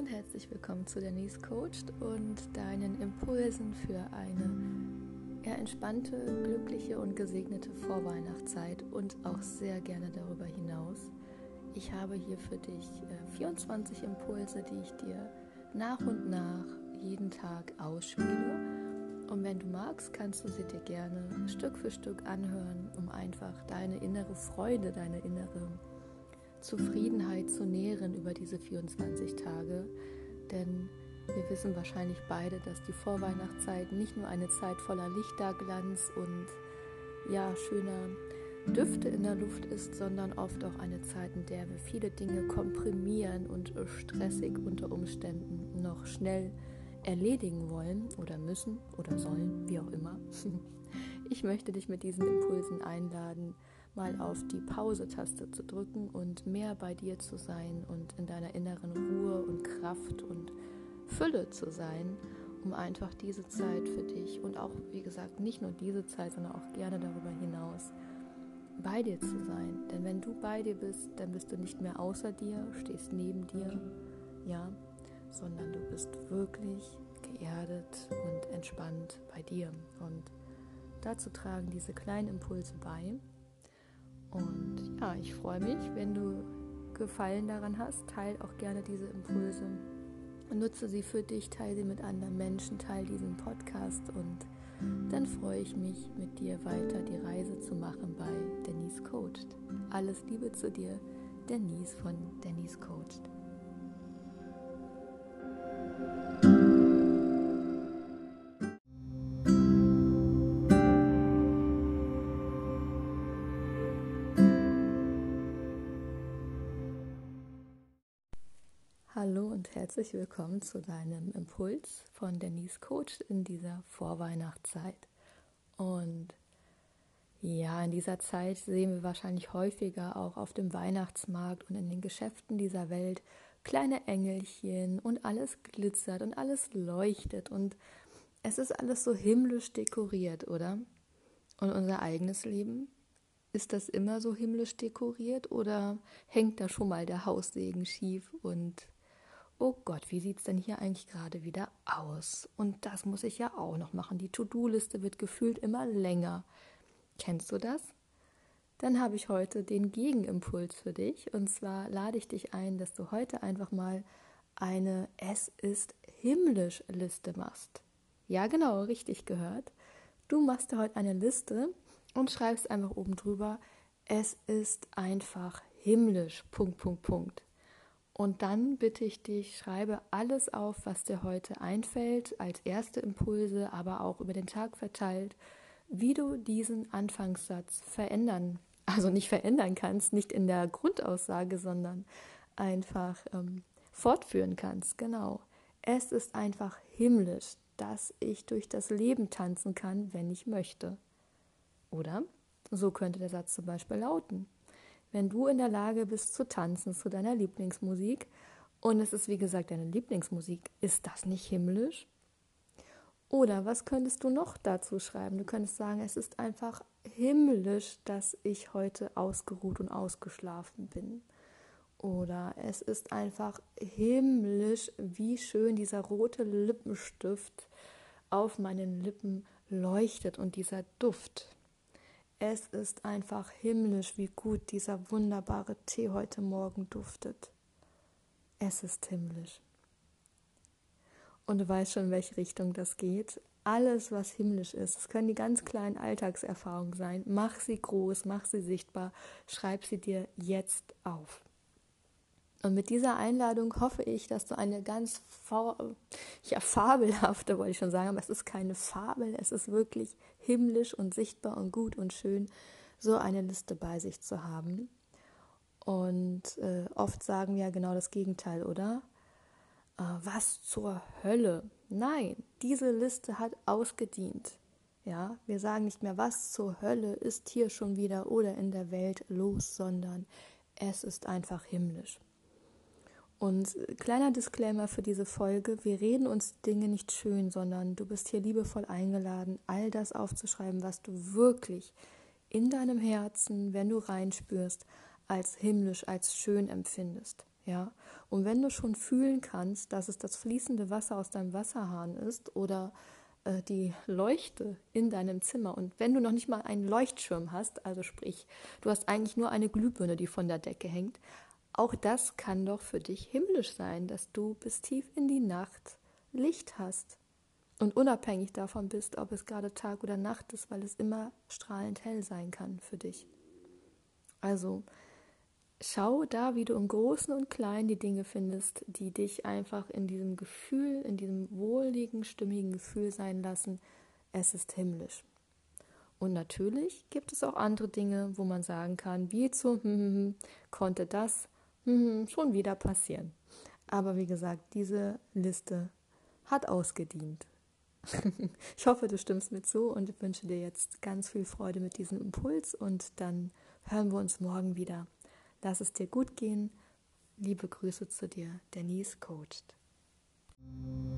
herzlich willkommen zu Denise Coached und deinen Impulsen für eine entspannte, glückliche und gesegnete Vorweihnachtszeit und auch sehr gerne darüber hinaus. Ich habe hier für dich 24 Impulse, die ich dir nach und nach jeden Tag ausspiele. Und wenn du magst, kannst du sie dir gerne Stück für Stück anhören, um einfach deine innere Freude, deine innere Zufriedenheit zu nähren über diese 24 Tage, denn wir wissen wahrscheinlich beide, dass die Vorweihnachtszeit nicht nur eine Zeit voller Lichterglanz und schöner Düfte in der Luft ist, sondern oft auch eine Zeit, in der wir viele Dinge komprimieren und stressig unter Umständen noch schnell erledigen wollen oder müssen oder sollen, wie auch immer. Ich möchte dich mit diesen Impulsen einladen, mal auf die Pause-Taste zu drücken und mehr bei dir zu sein und in deiner inneren Ruhe und Kraft und Fülle zu sein, um einfach diese Zeit für dich und auch, wie gesagt, nicht nur diese Zeit, sondern auch gerne darüber hinaus bei dir zu sein. Denn wenn du bei dir bist, dann bist du nicht mehr außer dir, stehst neben dir, sondern du bist wirklich geerdet und entspannt bei dir. Und dazu tragen diese kleinen Impulse bei. Und ich freue mich, wenn du Gefallen daran hast. Teil auch gerne diese Impulse. Nutze sie für dich, teile sie mit anderen Menschen, teile diesen Podcast und dann freue ich mich, mit dir weiter die Reise zu machen bei Denise Coached. Alles Liebe zu dir, Denise von Denise Coached. Hallo und herzlich willkommen zu deinem Impuls von Denise Coached in dieser Vorweihnachtszeit. Und in dieser Zeit sehen wir wahrscheinlich häufiger auch auf dem Weihnachtsmarkt und in den Geschäften dieser Welt kleine Engelchen und alles glitzert und alles leuchtet und es ist alles so himmlisch dekoriert, oder? Und unser eigenes Leben? Ist das immer so himmlisch dekoriert oder hängt da schon mal der Haussegen schief und oh Gott, wie sieht es denn hier eigentlich gerade wieder aus? Und das muss ich ja auch noch machen. Die To-Do-Liste wird gefühlt immer länger. Kennst du das? Dann habe ich heute den Gegenimpuls für dich. Und zwar lade ich dich ein, dass du heute einfach mal eine Es ist himmlisch Liste machst. Ja, genau, richtig gehört. Du machst dir heute eine Liste und schreibst einfach oben drüber, es ist einfach himmlisch, .. Und dann bitte ich dich, schreibe alles auf, was dir heute einfällt, als erste Impulse, aber auch über den Tag verteilt, wie du diesen Anfangssatz nicht verändern kannst, nicht in der Grundaussage, sondern einfach fortführen kannst. Genau. Es ist einfach himmlisch, dass ich durch das Leben tanzen kann, wenn ich möchte. Oder? So könnte der Satz zum Beispiel lauten. Wenn du in der Lage bist zu tanzen zu deiner Lieblingsmusik und es ist wie gesagt deine Lieblingsmusik, ist das nicht himmlisch? Oder was könntest du noch dazu schreiben? Du könntest sagen, es ist einfach himmlisch, dass ich heute ausgeruht und ausgeschlafen bin. Oder es ist einfach himmlisch, wie schön dieser rote Lippenstift auf meinen Lippen leuchtet und dieser Duft. Es ist einfach himmlisch, wie gut dieser wunderbare Tee heute Morgen duftet. Es ist himmlisch. Und du weißt schon, in welche Richtung das geht. Alles, was himmlisch ist, es können die ganz kleinen Alltagserfahrungen sein. Mach sie groß, mach sie sichtbar, schreib sie dir jetzt auf. Und mit dieser Einladung hoffe ich, dass du eine ganz fabelhafte, wollte ich schon sagen, aber es ist keine Fabel, es ist wirklich himmlisch und sichtbar und gut und schön, so eine Liste bei sich zu haben. Und oft sagen wir ja genau das Gegenteil, oder? Was zur Hölle? Nein, diese Liste hat ausgedient. Ja, wir sagen nicht mehr, was zur Hölle ist hier schon wieder oder in der Welt los, sondern es ist einfach himmlisch. Und kleiner Disclaimer für diese Folge, wir reden uns Dinge nicht schön, sondern du bist hier liebevoll eingeladen, all das aufzuschreiben, was du wirklich in deinem Herzen, wenn du reinspürst, als himmlisch, als schön empfindest. Ja, und wenn du schon fühlen kannst, dass es das fließende Wasser aus deinem Wasserhahn ist oder die Leuchte in deinem Zimmer und wenn du noch nicht mal einen Leuchtschirm hast, also sprich, du hast eigentlich nur eine Glühbirne, die von der Decke hängt, auch das kann doch für dich himmlisch sein, dass du bis tief in die Nacht Licht hast und unabhängig davon bist, ob es gerade Tag oder Nacht ist, weil es immer strahlend hell sein kann für dich. Also schau da, wie du im Großen und Kleinen die Dinge findest, die dich einfach in diesem Gefühl, in diesem wohligen, stimmigen Gefühl sein lassen, es ist himmlisch. Und natürlich gibt es auch andere Dinge, wo man sagen kann, wie zu, konnte das schon wieder passieren. Aber wie gesagt, diese Liste hat ausgedient. Ich hoffe, du stimmst mir zu und ich wünsche dir jetzt ganz viel Freude mit diesem Impuls und dann hören wir uns morgen wieder. Lass es dir gut gehen. Liebe Grüße zu dir, Denise Coached.